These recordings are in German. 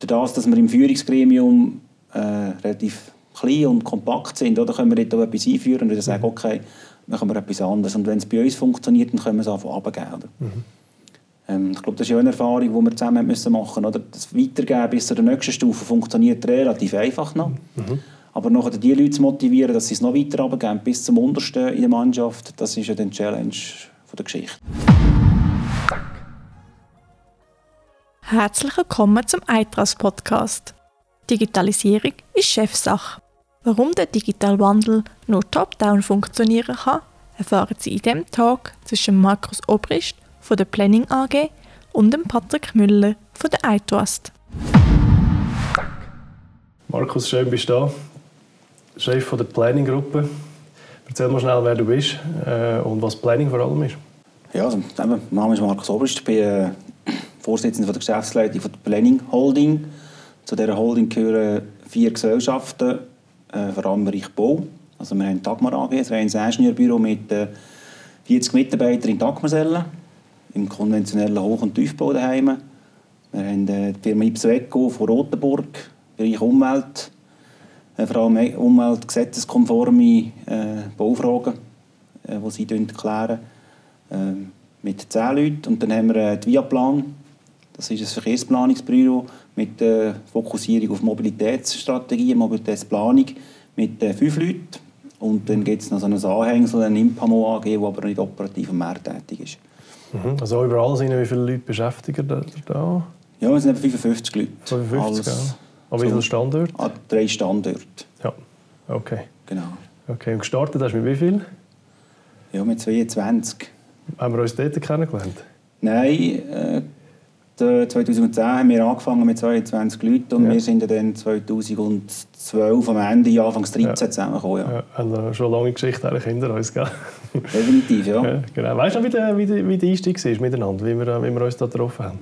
das, dass wir im Führungsgremium relativ klein und kompakt sind, oder, können wir dort auch etwas einführen und sagen, okay, machen wir etwas anderes. Und wenn es bei uns funktioniert, dann können wir es einfach runtergeben. Ich glaube, das ist ja eine Erfahrung, die wir zusammen machen müssen. Oder? Das Weitergeben bis zur nächsten Stufe funktioniert relativ einfach noch. Aber nachher die Leute zu motivieren, dass sie es noch weiter runtergeben, bis zum Untersten in der Mannschaft, das ist ja die Challenge der Geschichte. Herzlich willkommen zum EITRAS-Podcast. Digitalisierung ist Chefsache. Warum der digitale Wandel nur top-down funktionieren kann, erfahren Sie in diesem Talk zwischen Markus Obrist von der Planning AG und dem Patrick Müller von der iTrust. Markus, schön bist du da. Chef von der Planning-Gruppe. Erzähl mal schnell, wer du bist und was Planning vor allem ist. Ja, also, mein Name ist Markus Obrist. Ich bin Vorsitzender der Geschäftsleitung der Planning Holding. Zu dieser Holding gehören 4 Gesellschaften, vor allem im Bereich Bau. Also wir haben Dagmar AG, ein reines Ingenieurbüro mit 40 Mitarbeitern in Dagmarsellen, im konventionellen Hoch- und Tiefbau daheim. Wir haben die Firma Ipso-Eco von Rotenburg, Bereich Umwelt, vor allem umweltgesetzeskonforme Baufragen, die sie klären, mit 10 Leuten. Und dann haben wir die Viaplan, das ist ein Verkehrsplanungsbüro mit Fokussierung auf Mobilitätsstrategie, Mobilitätsplanung mit 5 Leuten. Und dann gibt es noch so ein Anhängsel, ein Impamo AG, das aber nicht operativ am Markt tätig ist. Also überall sind wie viele Leute beschäftigen da? Ja, es sind etwa 55 Leute. 55, ja. Aber wie viele Standorte? 3 Standorte. Ja, okay. Genau. Okay, und gestartet hast du mit wie viel? Ja, mit 22. Haben wir uns dort kennengelernt? Nein, 2010 haben wir angefangen mit 22 Leuten und wir sind dann 2012 am Ende, Anfang 2013 zusammengekommen. Ja. Haben schon eine lange Geschichte eigentlich hinter uns, gell? Definitiv, ja. Ja, genau. Weißt du noch, wie der Einstieg war miteinander, wie wir uns da getroffen haben?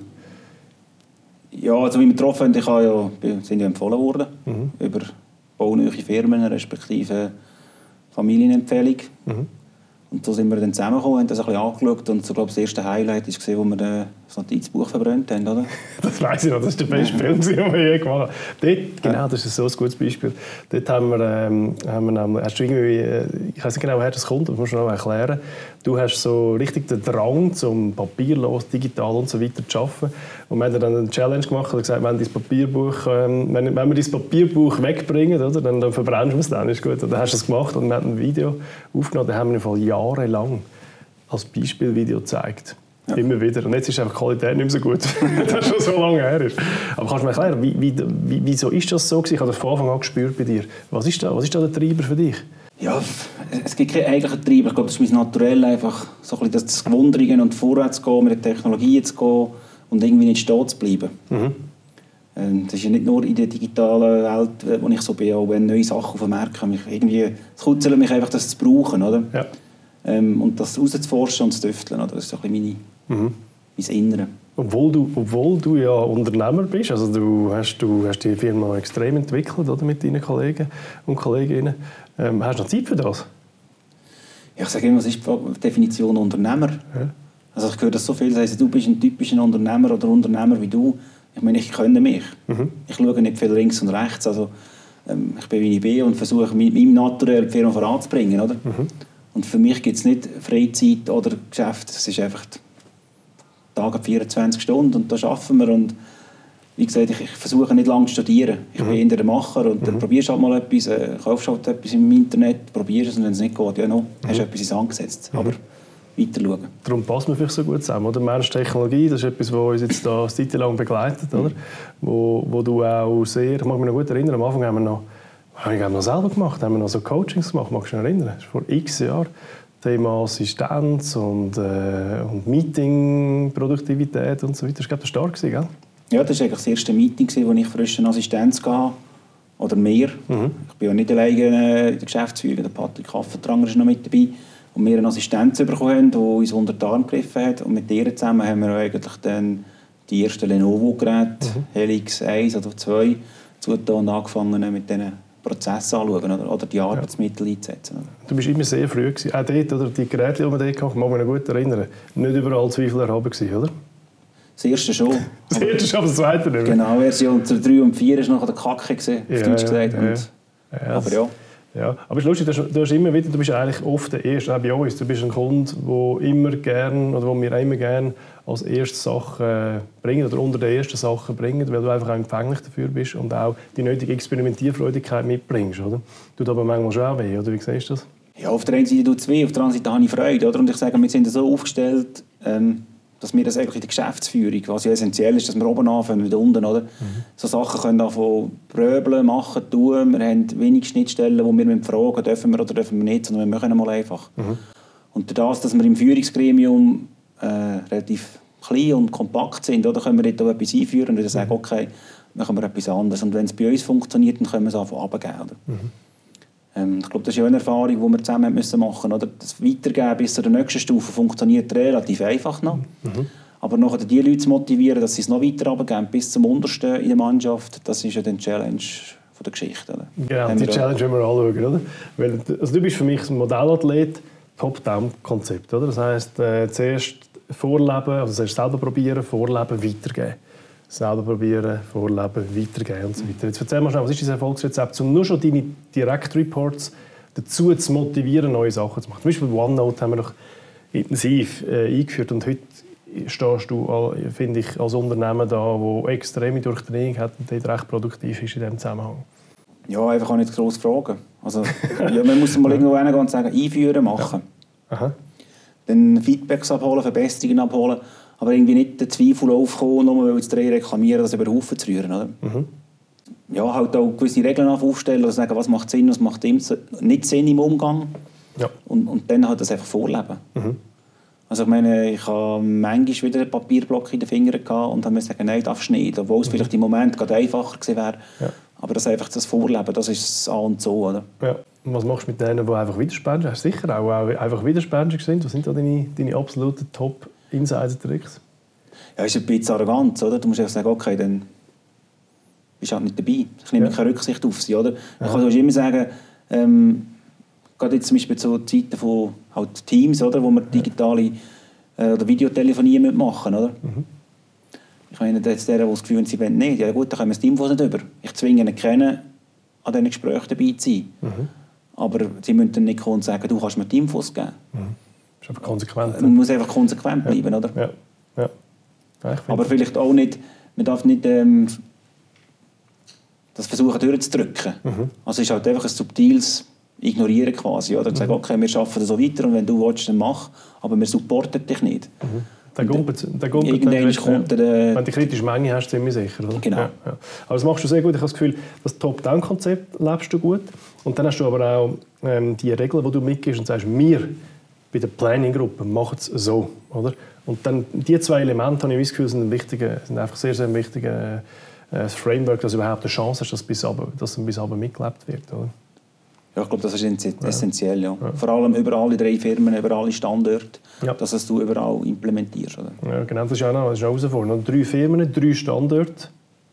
Ja, also wie wir getroffen haben, sind ja empfohlen worden über baunähe Firmen, respektive Familienempfehlung. Und so sind wir dann zusammengekommen, haben das ein bisschen angeschaut und so, glaube ich, das erste Highlight war, wo wir das Notizbuch verbrannt haben, oder? Das weiss ich noch, das war der beste Film, den wir je gemacht haben. Dort, genau, das ist so ein gutes Beispiel. Dort haben wir hast du irgendwie, ich weiß nicht genau, woher das kommt, das musst du noch erklären. Du hast so richtig den Drang, zum papierlos, digital und so weiter zu arbeiten. Und wir haben dann eine Challenge gemacht und gesagt, wenn wir dein Papierbuch wegbringen, oder, dann verbrennst du es dann, ist gut. Und dann hast du es gemacht und wir haben ein Video aufgenommen, das haben wir vor jahrelang als Beispielvideo gezeigt. Ja. Immer wieder. Und jetzt ist einfach die Qualität nicht mehr so gut, das schon so lange her ist. Aber kannst du mir erklären, wieso ist das so gewesen? Ich habe das von Anfang an gespürt bei dir. Was ist da der Treiber für dich? Ja, es gibt keinen eigentlichen Treiber. Ich glaube, das ist mein Naturell, einfach so ein bisschen das Gewundern und vorwärts zu gehen, mit der Technologie zu gehen und irgendwie nicht stehen zu bleiben. Das ist ja nicht nur in der digitalen Welt, wo ich so bin, auch wenn neue Sachen auf den Markt kommen. Es kitzelt mich einfach, das zu brauchen, oder? Ja. Und das rauszuforschen und zu tüfteln, oder? Das ist so ein bisschen mein Innere. Obwohl du ja Unternehmer bist, also du hast die Firma extrem entwickelt, oder, mit deinen Kollegen und Kolleginnen. Hast du noch Zeit für das? Ja, ich sage immer, was ist die Definition Unternehmer? Ja. Also ich höre das so viel, das heisst, du bist ein typischer Unternehmer oder Unternehmer wie du. Ich meine, ich kenne mich. Ich schaue nicht viel links und rechts. Also, ich bin wie ich bin und versuche, mit meinem Naturell die Firma voranzubringen. Oder? Und für mich gibt es nicht Freizeit oder Geschäft. Es ist einfach Tage 24 Stunden und da arbeiten wir. Und wie gesagt, ich versuche nicht lange zu studieren. Ich bin eher der Macher und dann probierst du halt mal etwas, kaufst halt etwas im Internet, probierst es und wenn es nicht geht, ja, hast du etwas ins Hand gesetzt. Aber weiter schauen. Darum passen wir vielleicht so gut zusammen. Oder? Mensch-Technologie, das ist etwas, was uns jetzt da eine Zeit lang begleitet. Oder? Wo du auch sehr, ich mag mich noch gut erinnern, am Anfang haben wir noch selber gemacht, haben wir noch so Coachings gemacht, magst du dich erinnern? Das ist vor x Jahren. Thema Assistenz und Meeting-Produktivität und so weiter. Das war stark, gell? Ja, das war eigentlich das erste Meeting, wo ich frisch eine Assistenz hatte. Oder mehr. Ich bin ja nicht alleine in der Geschäftsführung. Der Patrick Affentranger ist noch mit dabei. Und wir eine Assistenz bekommen haben, die uns unter die Arme gegriffen hat. Und mit ihr zusammen haben wir eigentlich dann die ersten Lenovo-Geräte, Helix 1 oder 2, zugetan und angefangen mit diesen Prozessen anzuschauen oder die Arbeitsmittel einzusetzen. Du warst immer sehr früh. Auch dort, oder die Geräte, die wir dort hatten, mag mich noch gut erinnern, nicht überall Zweifel erhaben gewesen, oder? Das erste schon. Das erste schon, aber das zweite nicht mehr. Genau, Version 3 und 4 war nachher der Kacke gewesen, auf Deutsch gesagt. Aber ja. Ja, aber es ist lustig, du hast immer wieder, du bist eigentlich oft der Erste, auch bei uns. Du bist ein Kunde, der immer gern, oder wo wir immer gerne als erste Sachen bringen oder unter den ersten Sachen bringen, weil du einfach auch empfänglich dafür bist und auch die nötige Experimentierfreudigkeit mitbringst, oder? Tut aber manchmal schon auch weh, oder wie siehst du das? Ja, auf der einen Seite tut es weh, auf der anderen Seite habe ich Freude, oder? Und ich sage, wir sind so aufgestellt, dass wir das eigentlich in der Geschäftsführung, was ja essentiell ist, dass wir oben anfangen, nicht unten, oder? So Sachen können davon pröbeln, machen, tun. Wir haben wenig Schnittstellen, wo wir fragen, dürfen wir oder dürfen wir nicht, sondern wir machen mal einfach. Und durch das, dass wir im Führungsgremium relativ klein und kompakt sind, oder, können wir dort auch etwas einführen und dann sagen, okay, machen wir etwas anderes. Und wenn es bei uns funktioniert, dann können wir es einfach runtergeben. Ich glaube, das ist ja eine Erfahrung, die wir zusammen machen müssen. Oder? Das Weitergeben bis zur nächsten Stufe funktioniert relativ einfach noch. Aber nachher die Leute zu motivieren, dass sie es noch weiter runtergeben, bis zum Untersten in der Mannschaft, das ist ja die Challenge von der Geschichte. Oder? Genau, die Challenge wollen wir anschauen. Oder? Weil, also du bist für mich ein Modellathlet, Top-Down-Konzept. Das heisst, zuerst vorleben, also zuerst selber probieren, vorleben, weitergeben. Selber probieren, vorleben, weitergeben und so weiter. Jetzt erzähl mal schnell, was ist das Erfolgsrezept, um nur schon deine Direct-Reports dazu zu motivieren, neue Sachen zu machen? Zum Beispiel OneNote haben wir noch intensiv eingeführt und heute stehst du, finde ich, als Unternehmen da, das extreme Durchdringung hat und dort recht produktiv ist in diesem Zusammenhang. Ja, einfach auch nicht gross fragen. Also, ja, man muss mal irgendwo hingehen und sagen, einführen, machen. Aha. Dann Feedbacks abholen, Verbesserungen abholen. Aber irgendwie nicht den Zweifel aufkommen, nur weil jetzt 3 reklamieren, das über den Haufen zu rühren. Oder? Ja, halt auch gewisse Regeln aufstellen und sagen, was macht Sinn, was macht nicht Sinn im Umgang. Ja. Und dann halt das einfach vorleben. Also ich meine, ich habe manchmal wieder einen Papierblock in den Fingern gehabt und dann musste ich sagen, nein, darfst du nicht. Obwohl es vielleicht im Moment gerade einfacher gewesen wäre. Ja. Aber das einfach das Vorleben, das ist das A und so. Oder? Ja. Und was machst du mit denen, die einfach widerspenstig sind? Hast du sicher auch einfach widerspenstig sind? Was sind da deine absoluten Top-Insider-Tricks? Ja, ist ein bisschen Arroganz, oder? Du musst einfach sagen, okay, dann bist du halt nicht dabei. Ich nehme keine Rücksicht auf sie, oder? Man kann immer sagen, gerade jetzt zum Beispiel zu Zeiten von halt Teams, oder, wo wir digitale oder Videotelefonie machen, oder? Ich meine, jetzt der, die das Gefühl haben, sie wollen nicht. Ja gut, dann können wir das Teamfos nicht über. Ich zwinge ihn kennen, an diesen Gesprächen dabei zu sein. Aber sie müssen dann nicht kommen und sagen, du kannst mir Teamfos geben. Das ist einfach konsequent. Man muss einfach konsequent bleiben, oder? Ja. Ja, aber vielleicht auch nicht, man darf nicht das versuchen durchzudrücken. Also es ist halt einfach ein subtiles Ignorieren quasi. Oder? Sagen, okay, wir arbeiten so weiter und wenn du willst, dann mach, aber wir supporten dich nicht. Irgendwann kommt wenn du die kritische Menge hast, ziemlich sicher. Oder? Genau. Ja. Aber das machst du sehr gut. Ich habe das Gefühl, das Top-Down-Konzept lebst du gut. Und dann hast du aber auch die Regeln, die du mitgibst und sagst, wir bei der Planning-Gruppe machen es so. Oder? Und dann, die 2 Elemente, habe ich das Gefühl, sind einfach sehr, sehr wichtige Framework, dass du überhaupt eine Chance hast, dass bis aber mitgelebt wird. Oder? Ja, ich glaube, das ist essentiell. Ja. Vor allem über alle 3 Firmen, über alle Standorte, dass es du überall implementierst. Oder? Ja, genau, das ist auch eine Herausforderung. 3 Firmen, 3 Standorte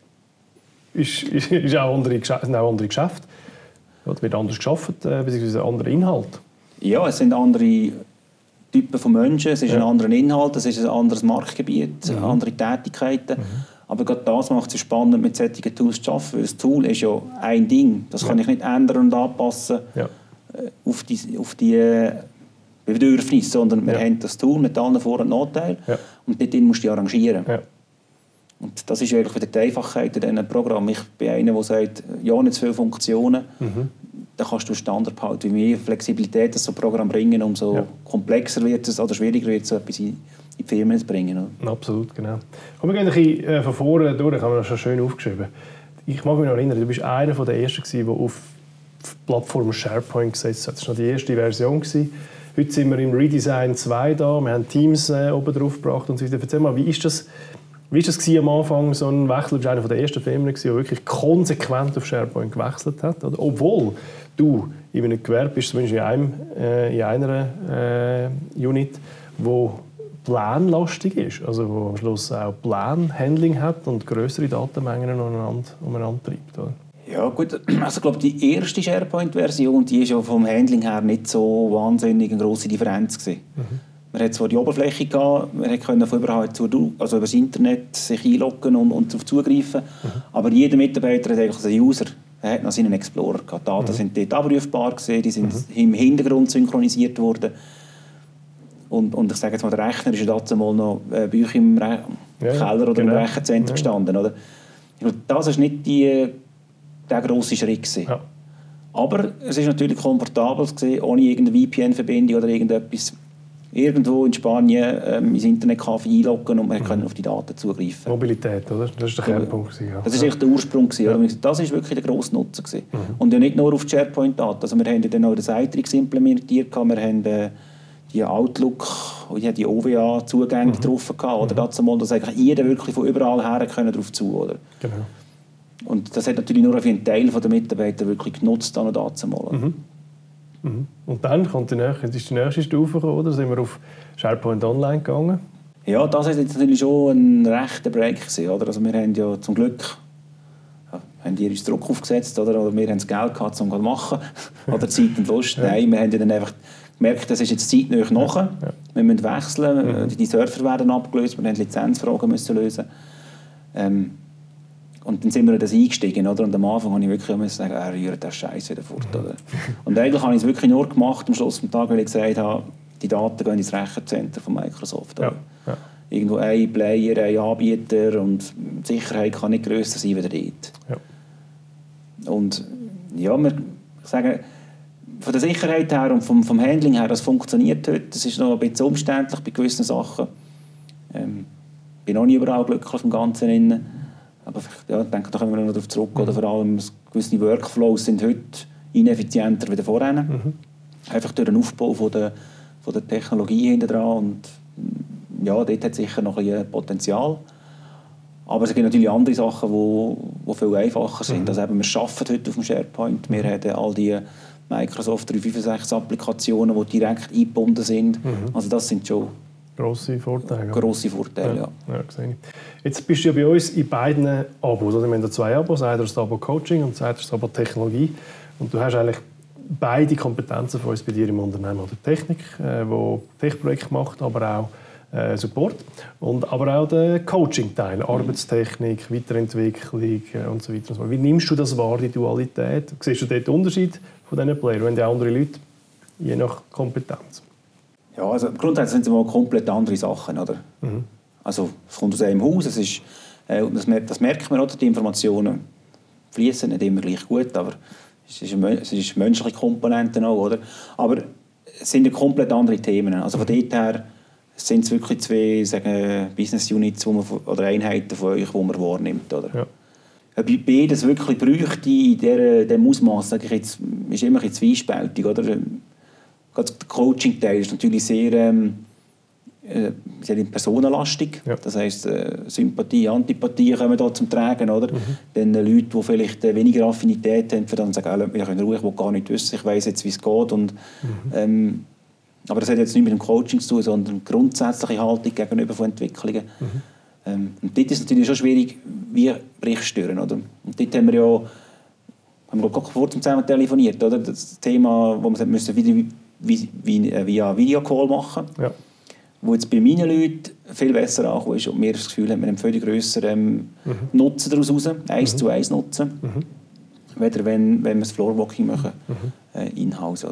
sind auch andere Geschäfte. Es wird anders gearbeitet, beziehungsweise andere Inhalt. Ja, es sind andere Typen von Menschen, es ist ein anderer Inhalt, es ist ein anderes Marktgebiet, andere Tätigkeiten. Aber gerade das macht es spannend, mit solchen Tools zu arbeiten. Das Tool ist ja ein Ding. Das kann ich nicht ändern und anpassen auf die Bedürfnisse, sondern wir haben das Tool mit allen Vor- und Nachteilen und dort musst du dich arrangieren. Ja. Und das ist eigentlich wieder die Einfachheit in diesem Programm. Ich bin einer, der sagt, ja, nicht zu viele Funktionen. Dann kannst du Standard behalten. Je mehr Flexibilität das so ein Programm bringen, umso komplexer wird es oder schwieriger wird es, so etwas in die Firmen zu bringen. Oder? Absolut, genau. Wir gehen ein bisschen von vorne durch, haben wir das schon schön aufgeschrieben. Ich mag mich noch erinnern, du bist einer der Ersten, der auf die Plattform SharePoint gesetzt hat. Das war noch die erste Version. Heute sind wir im Redesign 2 da, wir haben Teams oben drauf gebracht und so weiter. Erzähl mal, wie ist das am Anfang, so ein Wechsel? Du bist einer der ersten Firmen, die wirklich konsequent auf SharePoint gewechselt hat. Oder? Obwohl du in einem Gewerbe bist, zumindest in einer Unit, wo planlastig ist, also wo am Schluss auch Planhandling hat und größere Datenmengen umeinander treibt. Oder? Ja gut, also ich glaube, die erste SharePoint-Version, die ist ja vom Handling her nicht so wahnsinnig eine grosse Differenz gewesen. Man hat zwar die Oberfläche gehabt, man konnte von überall also über das Internet sich einloggen und darauf zugreifen, aber jeder Mitarbeiter hat eigentlich einen User, er hat noch seinen Explorer gehabt. Die Daten sind dort abrufbar gewesen, die sind im Hintergrund synchronisiert worden. Und ich sage jetzt mal, der Rechner ist ja damals noch bei euch im Keller oder im Rechenzentrum gestanden. Oder? Das war nicht der grosse Schritt gewesen. Ja. Aber es ist natürlich komfortabel gewesen, ohne irgendeine VPN-Verbindung oder irgendetwas. Irgendwo in Spanien ins Internetcafé einloggen und man kann auf die Daten zugreifen. Mobilität, oder? Das ist der Kernpunkt. Ja. Das ist echt der Ursprung. Ja. Das ist wirklich der grosse Nutzen. Und ja nicht nur auf die SharePoint-Daten. Also wir haben dann auch das Citrix implementiert, wir haben die Outlook, die OWA-Zugänge drauf gehabt, oder dazu mal, dass eigentlich jeder wirklich von überall her darauf zu, oder? Genau. Und das hat natürlich nur für einen Teil der Mitarbeiter wirklich genutzt, dann dazu mal. Und dann ist die nächste Stufe gekommen, oder? Sind wir auf SharePoint Online gegangen? Ja, das war jetzt natürlich schon ein rechter Break gewesen, oder? Also wir haben ja zum Glück haben die uns Druck aufgesetzt, oder wir haben das Geld gehabt, um das zu machen, oder Zeit und Lust. Nein, wir haben dann einfach gemerkt, das ist jetzt zeitnah nachher. Wir müssen wechseln, die Server werden abgelöst, wir mussten Lizenzfragen lösen. Und dann sind wir in das eingestiegen, oder? Und am Anfang musste ich wirklich sagen, rührt der Scheiß wieder fort, oder? Und eigentlich habe ich es wirklich nur gemacht am Schluss des Tages, weil ich gesagt habe, die Daten gehen ins Rechenzentrum von Microsoft. Ja. Irgendwo ein Player, ein Anbieter und die Sicherheit kann nicht grösser sein wie dort. Ja. Und ja, wir sagen, von der Sicherheit her und vom Handling her, das funktioniert heute. Das ist noch ein bisschen umständlich bei gewissen Sachen. Ich bin auch nicht überall glücklich im Ganzen innen. Aber ja, ich denke, da kommen wir noch darauf zurück. Oder vor allem gewisse Workflows sind heute ineffizienter als vorher. Einfach durch den Aufbau von der Technologie hinten dran. Und ja, dort hat sicher noch ein bisschen Potenzial. Aber es gibt natürlich andere Sachen, die viel einfacher sind. Also eben, wir arbeiten heute auf dem SharePoint. Wir haben all die Microsoft 365 Applikationen, die direkt eingebunden sind. Also das sind schon grosse Vorteile. Grosse Vorteile, ja. Jetzt bist du ja bei uns in beiden Abos. Also wir haben da 2 Abos, einer das Abo Coaching und das Abo Technologie. Und du hast eigentlich beide Kompetenzen von uns bei dir im Unternehmen. Oder Technik, wo Tech-Projekte macht, aber auch Support. Aber auch der Coaching-Teil, Arbeitstechnik, Weiterentwicklung und so weiter. Wie nimmst du das wahr, die Dualität? Siehst du dort den Unterschied von diesen Playern? Wenn die andere Leute, je nach Kompetenz? Ja, also grundsätzlich sind es mal komplett andere Sachen, oder? Also es kommt aus einem Haus, es ist, das merkt man, oder? Die Informationen fließen nicht immer gleich gut, aber es ist menschliche Komponenten auch, oder? Aber es sind ja komplett andere Themen. Also von dort her sind es wirklich 2 Business Units oder Einheiten von euch, die man wahrnimmt, oder? Ja. Ob ich beides wirklich bräuchte in diesem Ausmaß, sage ich jetzt, ist immer ein bisschen zwiespältig, oder? Gerade der Coaching-Teil ist natürlich sehr personenlastig. Ja. Das heisst, Sympathie, Antipathie kommen da zum Tragen, oder? Dann Leute, die vielleicht weniger Affinität haben, für dann sagen, ich kann ruhig, ich gar nicht wissen, ich weiss jetzt, wie es geht. Und, aber das hat jetzt nicht mit dem Coaching zu tun, sondern grundsätzliche Haltung gegenüber von Entwicklungen. Und dort ist es natürlich schon schwierig, wie Berichtsstören, oder? Und dort haben wir gerade vor kurzem zusammen telefoniert, oder? Das Thema, wo wir müssen via Videocall machen, wo jetzt bei meinen Leuten viel besser angekommen ist und wir das Gefühl haben, wir haben viel grösseren Nutzen daraus raus, 1:1 Nutzen, weder wenn wir das Floorwalking machen, in-house.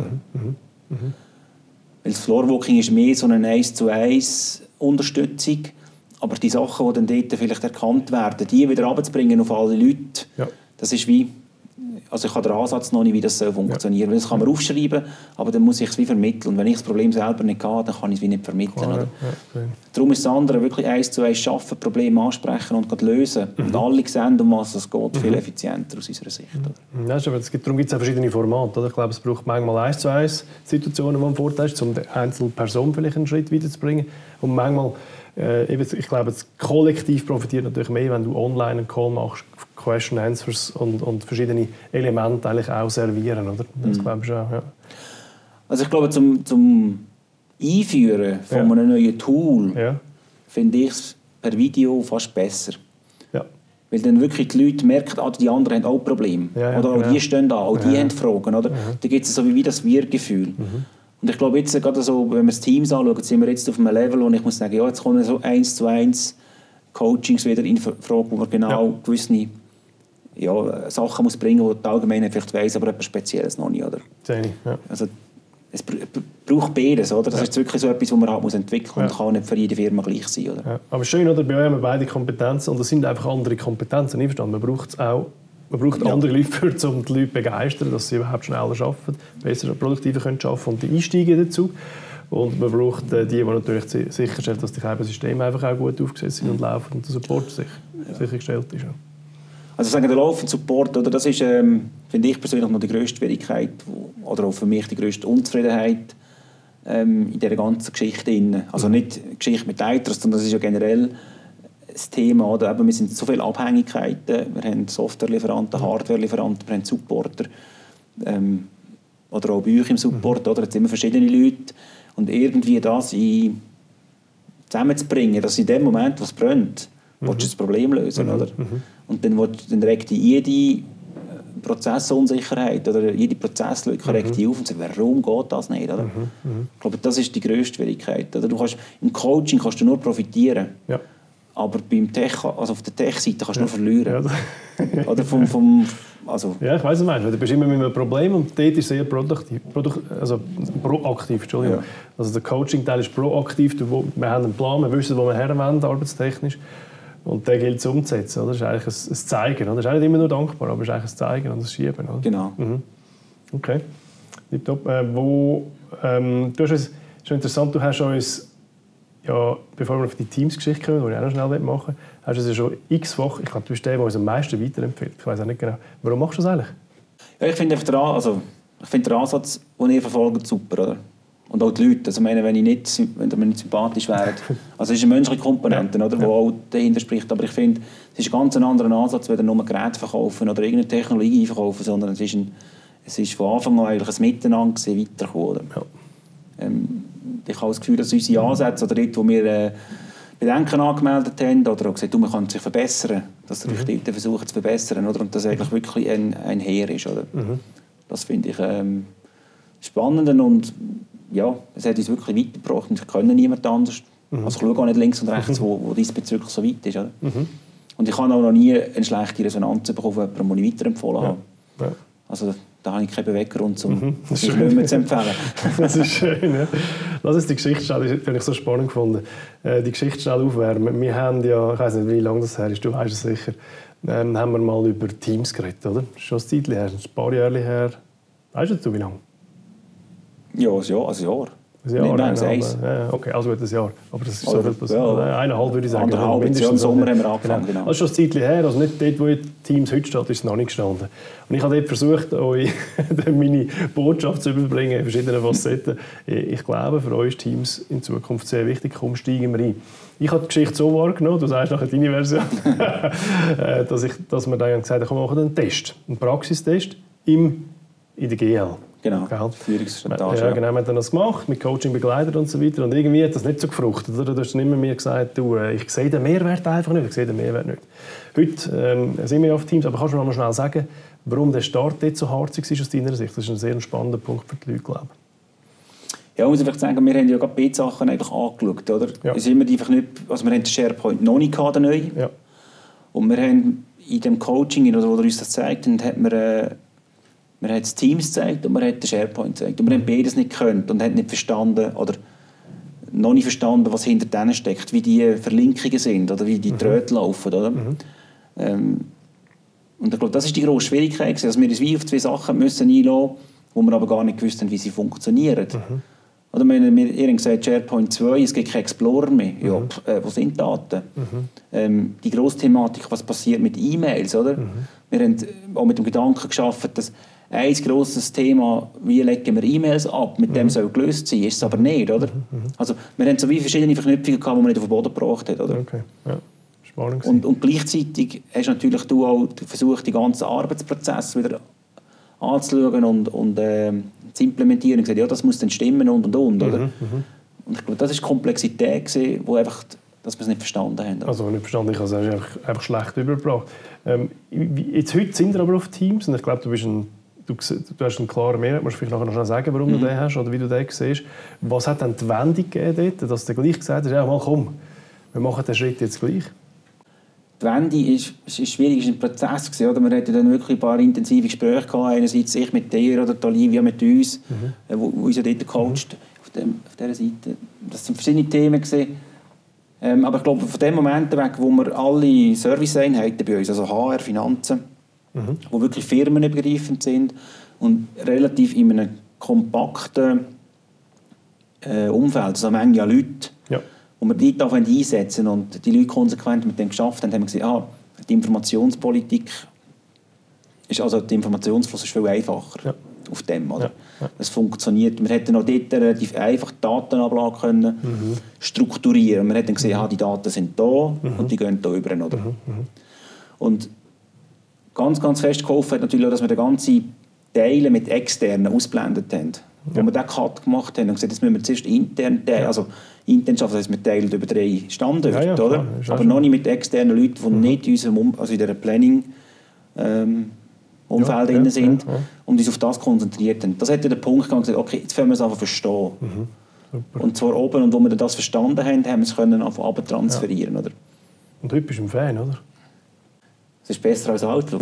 Weil das Floorwalking ist mehr so eine 1:1 Unterstützung, aber die Sachen, die dann dort vielleicht erkannt werden, die wieder runterzubringen auf alle Leute, das ist wie, also ich habe den Ansatz noch nicht, wie das funktionieren soll. Das kann man aufschreiben, aber dann muss ich es wie vermitteln. Und wenn ich das Problem selber nicht habe, dann kann ich es wie nicht vermitteln. Klar, oder? Darum ist das andere wirklich 1:1 arbeiten, Probleme ansprechen und lösen. Und alle sehen, um was es geht, viel effizienter aus unserer Sicht. Ja, darum gibt es auch verschiedene Formate. Oder? Ich glaube, es braucht manchmal 1:1 Situationen, wo man Vorteil ist, um die einzelne Person vielleicht einen Schritt weiterzubringen. Und manchmal, ich glaube, das Kollektiv profitiert natürlich mehr, wenn du online einen Call machst, Question Answers und verschiedene Elemente eigentlich auch servieren, oder? Das glaube ich auch, ja. Also ich glaube, zum Einführen von einem neuen Tool finde ich es per Video fast besser. Ja. Weil dann wirklich die Leute merken, die anderen haben auch Probleme. Oder auch die stehen da, auch die haben Fragen. Oder? Da gibt es so wie das Wir-Gefühl. Und ich glaube, jetzt gerade so, wenn wir das Teams anschauen, sind wir jetzt auf einem Level, wo ich muss sagen, ja, jetzt kommen so 1:1 Coachings wieder in Frage, wo man genau gewisse Sachen muss bringen muss, die die Allgemeinheit vielleicht weiss, aber etwas Spezielles noch nicht. Oder? Ja. Also, es braucht beides. Oder? Das ist wirklich so etwas, was man halt muss entwickeln muss und kann nicht für jede Firma gleich sein. Oder? Ja. Aber schön, oder? Bei euch haben wir beide Kompetenzen und das sind einfach andere Kompetenzen. Ich verstehe, man braucht andere Leute, um die Leute zu begeistern, dass sie überhaupt schneller arbeiten, besser, produktiver arbeiten können und die einsteigen dazu. Und man braucht die natürlich sicherstellen, dass die Systeme einfach auch gut aufgesetzt sind und laufen und der Support sichergestellt ist. Also sagen, der laufende Support, oder, das ist, finde ich persönlich noch die grösste Schwierigkeit oder auch für mich die grösste Unzufriedenheit in dieser ganzen Geschichte. Also nicht die Geschichte mit Eiters, sondern das ist ja generell das Thema. Oder? Eben, wir sind so viele Abhängigkeiten. Wir haben Softwarelieferanten, Hardwarelieferanten, wir haben Supporter. Oder auch bei euch im Support. Oder? Jetzt sind immer verschiedene Leute. Und irgendwie das zusammenzubringen, dass in dem Moment, wo es brennt, willst du das Problem lösen. Oder? Und dann regt jede Prozessunsicherheit oder jede Prozesslücke regt auf und sagt, warum geht das nicht? Oder? Ich glaube, das ist die grösste Schwierigkeit. Oder? Im Coaching kannst du nur profitieren. Ja. Aber auf der Tech-Seite kannst du nur verlieren. Ja. Oder ja, ich weiss, was du meinst. Du bist immer mit einem Problem und dort ist sehr proaktiv. Entschuldigung. Ja. Also der Coaching-Teil ist proaktiv. Wir haben einen Plan, wir wissen, wo wir herwollen, arbeitstechnisch. Und den gilt es umzusetzen. Oder? Das ist eigentlich ein Zeigen. Oder? Das ist auch nicht immer nur dankbar, aber es ist eigentlich ein Zeigen und ein Schieben. Oder? Genau. Okay. Du hast es schon interessant, du hast uns, ja, bevor wir auf die Teams-Geschichte kommen, die ich auch noch schnell machen will, hast du es ja schon x-fach, ich glaube, du bist der uns am meisten weiterempfiehlt. Ich weiß auch nicht genau. Warum machst du das eigentlich? Ja, ich finde den Ansatz, den ihr verfolgt, super. Oder? Und auch die Leute. Also meine, wenn wir nicht sympathisch wären. Also es ist eine menschliche Komponente, oder, die auch dahinter spricht. Aber ich finde, es ist ein ganz anderer Ansatz, wenn nur Geräte verkaufen oder irgendeine Technologie verkaufen, sondern es ist von Anfang an eigentlich ein Miteinander weitergekommen. Ja. Ich habe das Gefühl, dass unsere Ansätze, oder dort, wo wir Bedenken angemeldet haben, oder auch gesagt, man kann sich verbessern, dass die Leute versuchen zu verbessern, oder? Und das eigentlich wirklich ein Heer ist. Oder? Das finde ich spannend und ja, es hat uns wirklich weitergebracht und wir können niemand anders. Also ich schaue auch nicht links und rechts, wo diesbezüglich so weit ist. Oder? Und ich habe auch noch nie eine schlechte Resonanz bekommen von jemandem, den ich weiterempfohlen habe. Ja. Also da habe ich keinen Beweggrund, um das nicht mehr zu empfehlen. Das ist schön, ja. Lass uns die Geschichte schnell, das habe ich so spannend gefunden, die Geschichte schnell aufwärmen. Wir haben ja, ich weiß nicht, wie lange das her ist, du weißt es sicher, haben wir mal über Teams geredet, oder? Das ist schon ein Zeitchen her, ein paar Jahre her. Weißt du, wie lange? Ja, ein Jahr. Ein Jahr, okay, also ein Jahr. Aber das ist so viel passiert. Ja, 1,5 würde ich sagen. Mindestens im Sommer haben wir angefangen. Genau. Das ist schon ein Zeitchen her. Also nicht dort, wo Teams heute steht, ist es noch nicht gestanden. Und ich habe dort versucht, euch meine Botschaft zu überbringen in verschiedenen Facetten. Ich glaube, für euch ist Teams in Zukunft sehr wichtig. Komm, steigen wir ein. Ich habe die Geschichte so wahrgenommen, du sagst nachher deine Version, dass wir dann gesagt haben, komm, wir machen einen Test. Einen Praxistest in der GL. Genau, Führungsstatage. Ja, genau, wir haben das gemacht, mit Coaching begleitet und so weiter. Und irgendwie hat das nicht so gefruchtet. Oder? Du hast nicht mehr mir gesagt, ich sehe den Mehrwert einfach nicht. Heute sind wir auf Teams, aber kannst du noch mal schnell sagen, warum der Start jetzt so hart war aus deiner Sicht? Das ist ein sehr spannender Punkt für die Leute, glaube ich. Ja, muss ich sagen, wir haben ja gerade beide Sachen eigentlich angeschaut. Oder? Ja. Wir haben den SharePoint noch nicht gehabt, den neuen. Ja. Und wir haben in dem Coaching, wo er uns das zeigt, man hat das Teams gezeigt und man hat den SharePoint gezeigt. Und wir haben beides nicht gekannt und haben nicht verstanden, oder noch nicht verstanden, was hinter denen steckt, wie die Verlinkungen sind oder wie die Drähte laufen. Oder? Und ich glaube, das ist die grosse Schwierigkeit, dass wir uns wie auf zwei Sachen müssen einlassen, wo wir aber gar nicht gewusst haben, wie sie funktionieren. Oder ihr habt gesagt, SharePoint 2, es gibt keinen Explorer mehr. Ja, wo sind die Daten? Die grosse Thematik, was passiert mit E-Mails, oder? Wir haben auch mit dem Gedanken geschaffen, dass ein grosses Thema, wie legen wir E-Mails ab, mit dem soll gelöst sein, ist es aber nicht, oder? Also wir haben so wie verschiedene Verknüpfungen gehabt, die man nicht auf den Boden gebracht hat, oder? Okay. Ja. Spannend. Und gleichzeitig hast natürlich du auch versucht, die ganzen Arbeitsprozesse wieder anzuschauen und zu implementieren und gesagt, ja, das muss dann stimmen und, oder? Und ich glaube, das war die Komplexität, wo einfach, dass wir es nicht verstanden haben. Also nicht verstanden, ich habe es einfach schlecht übergebracht. Jetzt, heute sind wir aber auf Teams und ich glaube, du bist ein du hast einen klaren Mehrwert, musst du vielleicht nachher noch sagen, warum du den hast oder wie du den siehst. Was hat dann die Wendung gegeben dort, dass du gleich gesagt hast, ja, mal komm, wir machen den Schritt jetzt gleich? Die Wende ist schwierig, ist ein Prozess gewesen, oder? Wir hatten dann wirklich ein paar intensive Gespräche gehabt, einerseits ich mit dir oder die Olivia mit uns, wo uns ja dort gecoacht auf dieser Seite. Das sind verschiedene Themen gewesen. Aber ich glaube, von dem Moment weg, wo wir alle Serviceeinheiten bei uns, also HR, Finanzen, die wirklich firmenübergreifend sind und relativ in einem kompakten Umfeld, also eine Menge Leute, wo wir dort einsetzen und die Leute konsequent mit dem geschafft haben, haben wir gesehen, die Informationspolitik ist, also der Informationsfluss ist viel einfacher auf dem, oder? Es funktioniert. Wir hätten auch dort relativ einfach Datenablage können strukturieren. Wir hätten gesehen, die Daten sind da und die gehen da rüber, oder? Und ganz, ganz fest geholfen hat natürlich auch, dass wir den ganzen Teile mit externen ausblendet haben. Wo wir den Cut gemacht haben und gesagt, das müssen wir zuerst intern teilen. Also intern schaffen, das heißt, wir teilen über 3 Standorte, oder? Aber noch nicht mit externen Leuten, die nicht in unserem also in dieser Planning Umfeld drin sind und uns auf das konzentriert haben. Das hat ja den Punkt gegangen, gesagt, okay, jetzt können wir es einfach verstehen. Und zwar oben, und wo wir das verstanden haben, haben wir es können einfach transferieren, oder? Und heute bist du ein Fan, oder? Es ist besser als Outlook.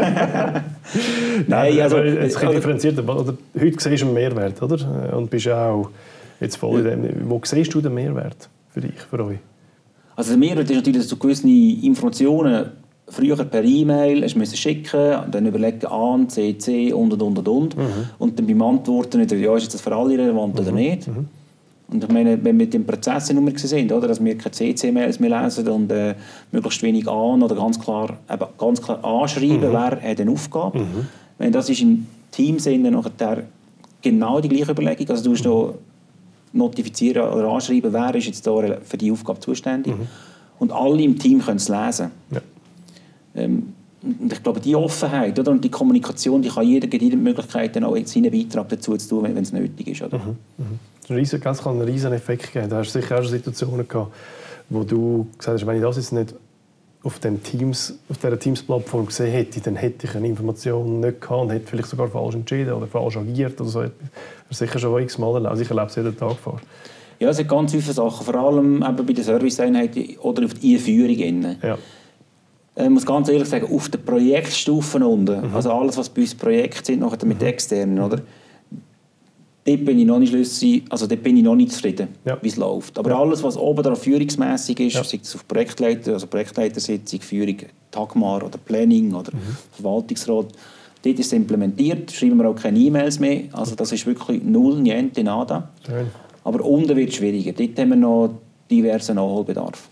Nein, also... Jetzt differenziert, oder? Heute siehst du einen Mehrwert, oder? Und bist auch jetzt voll in dem... Wo siehst du den Mehrwert für dich, für euch? Also der Mehrwert ist natürlich, dass du gewisse Informationen früher per E-Mail schicken, dann überlegen an, CC und. Und dann beim Antworten nicht, ja, ist das für alle relevant oder nicht. Und ich meine, wenn wir mit dem Prozess sind, oder, dass wir keine CC-Mails mehr lesen und möglichst wenig an oder ganz klar anschreiben, wer hat eine Aufgabe. Wenn das ist im Teamsinne nachher genau die gleiche Überlegung, also du musst da notifizieren oder anschreiben, wer ist jetzt da für die Aufgabe zuständig. Und alle im Team können es lesen. Und ich glaube, die Offenheit, oder, und die Kommunikation, die kann jeder die Möglichkeit, dann auch seinen Beitrag dazu zu tun, wenn es nötig ist. Oder? Das kann einen riesen Effekt geben. Da hast du sicher auch Situationen gehabt, wo du gesagt hast, wenn ich das jetzt nicht auf dieser Teams-Plattform gesehen hätte, dann hätte ich eine Information nicht gehabt und hätte vielleicht sogar falsch entschieden oder falsch agiert oder so. Das ist sicher schon x-mal erlebt. Also ich erlebe es jeden Tag vor. Ja, es sind ganz viele Sachen, vor allem eben bei der Serviceeinheit oder auf die Einführung. Ich muss ganz ehrlich sagen, auf den Projektstufen unten, also alles, was bei uns Projekte sind, nachher mit externen, oder? Dort bin ich noch nicht schlüssig, also dort bin ich noch nicht zufrieden, wie es läuft. Aber alles, was oben drauf führungsmässig ist, sei es auf Projektleiter, also Projektleitersitzung, Führung, Tagmar oder Planning oder Verwaltungsrat, dort ist es implementiert, schreiben wir auch keine E-Mails mehr, also das ist wirklich null, niente, nada. Schön. Aber unten wird es schwieriger, dort haben wir noch diversen Nachholbedarf.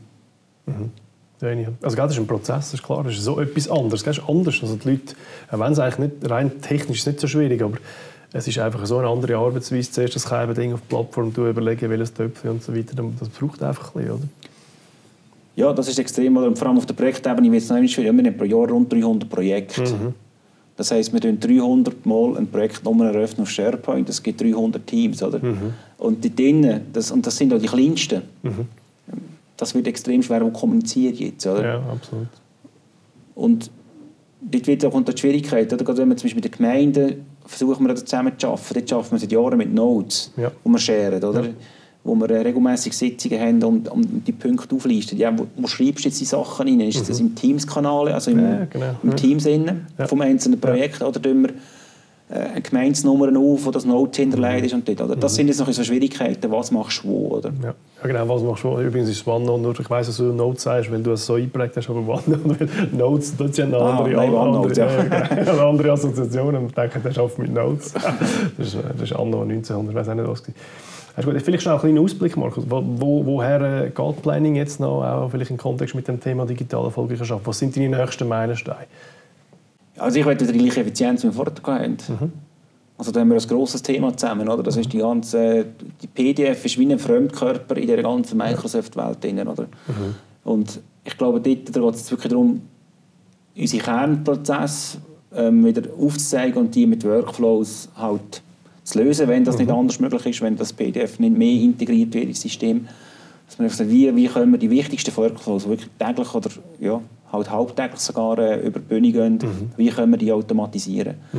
Also das ist ein Prozess, das ist klar, das ist so etwas anderes. Das ist anders. Also die Leute, wenn es eigentlich nicht, rein technisch ist nicht so schwierig, aber es ist einfach so eine andere Arbeitsweise. Zuerst das Ding auf die Plattform überlegen, welches Töpfchen und so weiter. Das braucht einfach ein bisschen, oder? Ja, das ist extrem. Und vor allem auf der Projektebene wird es noch schwierig. Wir haben pro Jahr rund 300 Projekte. Das heisst, wir eröffnen 300 Mal ein Projekt auf SharePoint. Es gibt 300 Teams, oder? Und die drinnen, das sind auch die kleinsten. Das wird extrem schwer kommuniziert jetzt, oder? Ja, absolut. Und dort wird auch unter die Schwierigkeit, oder? Gerade wenn wir zum Beispiel mit den Gemeinden versuchen, wir zusammen zu arbeiten. Dort arbeiten wir seit Jahren mit Notes, die wir sharen, oder? Wo wir regelmäßig Sitzungen haben und die Punkte auflisten. Ja, wo schreibst du jetzt die Sachen rein? Ist das im Teams-Kanal, also im Teams vom einzelnen Projekt, oder tun wir eine Gemeinsnummer auf, wo das Note hinterlegt ist und dort, oder? Das sind jetzt noch so Schwierigkeiten, was machst du wo, oder? Ja, genau, was machst du wo? Übrigens ist OneNote, nur ich weiss, dass du Notes sagst, weil du es so eingeprägt hast, aber OneNote, Notes, das sind andere Assoziationen. Ich denke, der arbeitet mit Notes. Das ist anno 1900, ich weiss auch nicht, was war. Gut, vielleicht schnell einen kleinen Ausblick, Markus. Woher geht Planning jetzt noch, auch vielleicht im Kontext mit dem Thema digitale erfolgreiche Arbeit? Was sind deine nächsten Meilensteine? Also ich möchte die gleiche Effizienz, wie wir vorher hatten. Also da haben wir ein grosses Thema zusammen. Oder? Das ist die PDF ist wie ein Fremdkörper in dieser ganzen Microsoft-Welt drin, oder? Und ich glaube, dort geht es wirklich darum, unsere Kernprozesse wieder aufzuzeigen und die mit Workflows halt zu lösen, wenn das nicht anders möglich ist, wenn das PDF nicht mehr integriert wird ins System. Dass man sagt, wie können wir die wichtigsten Workflows, wirklich täglich oder halt halbtäglich sogar über die Bühne gehen, wie können wir die automatisieren.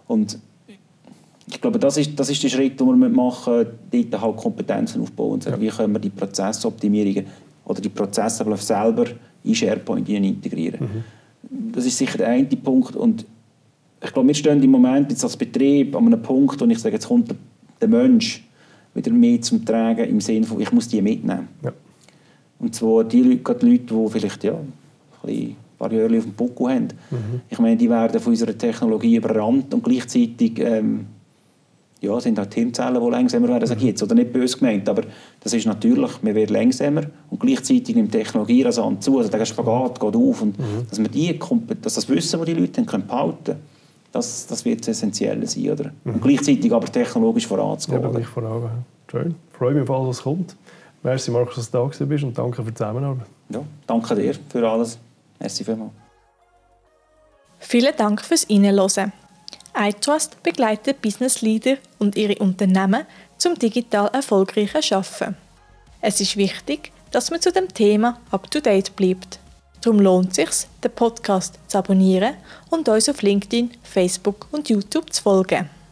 Und ich glaube, das ist der Schritt, den wir machen müssen, dort halt Kompetenzen aufbauen. Ja. Wie können wir die Prozessoptimierungen oder die Prozessabläufe selber in SharePoint integrieren. Das ist sicher der eine Punkt. Und ich glaube, wir stehen im Moment jetzt als Betrieb an einem Punkt, wo ich sage, jetzt kommt der Mensch wieder mehr zum Tragen, im Sinne von, ich muss die mitnehmen. Ja. Und zwar die Leute, die vielleicht ein paar Jahre auf dem Buckel haben. Ich meine, die werden von unserer Technologie überrannt und gleichzeitig sind halt Hirnzellen, die langsamer werden, sage ich jetzt. Oder nicht böse gemeint, aber das ist natürlich, wir werden langsamer und gleichzeitig nimmt die Technologie rasant zu. Also der Spagat geht auf. Und dass wir das Wissen, das die Leute haben, behalten können, das wird das Essentielle sein. Oder? Und gleichzeitig aber technologisch voranzugehen. Ja, voran. Schön. Ich freue mich auf alles, was kommt. Merci, Markus, dass du da bist und danke für die Zusammenarbeit. Ja, danke dir für alles. Merci vielmals. Vielen Dank fürs Reinhören. iTrust begleitet Business Leader und ihre Unternehmen zum digital erfolgreichen Arbeiten. Es ist wichtig, dass man zu dem Thema up-to-date bleibt. Darum lohnt es sich, den Podcast zu abonnieren und uns auf LinkedIn, Facebook und YouTube zu folgen.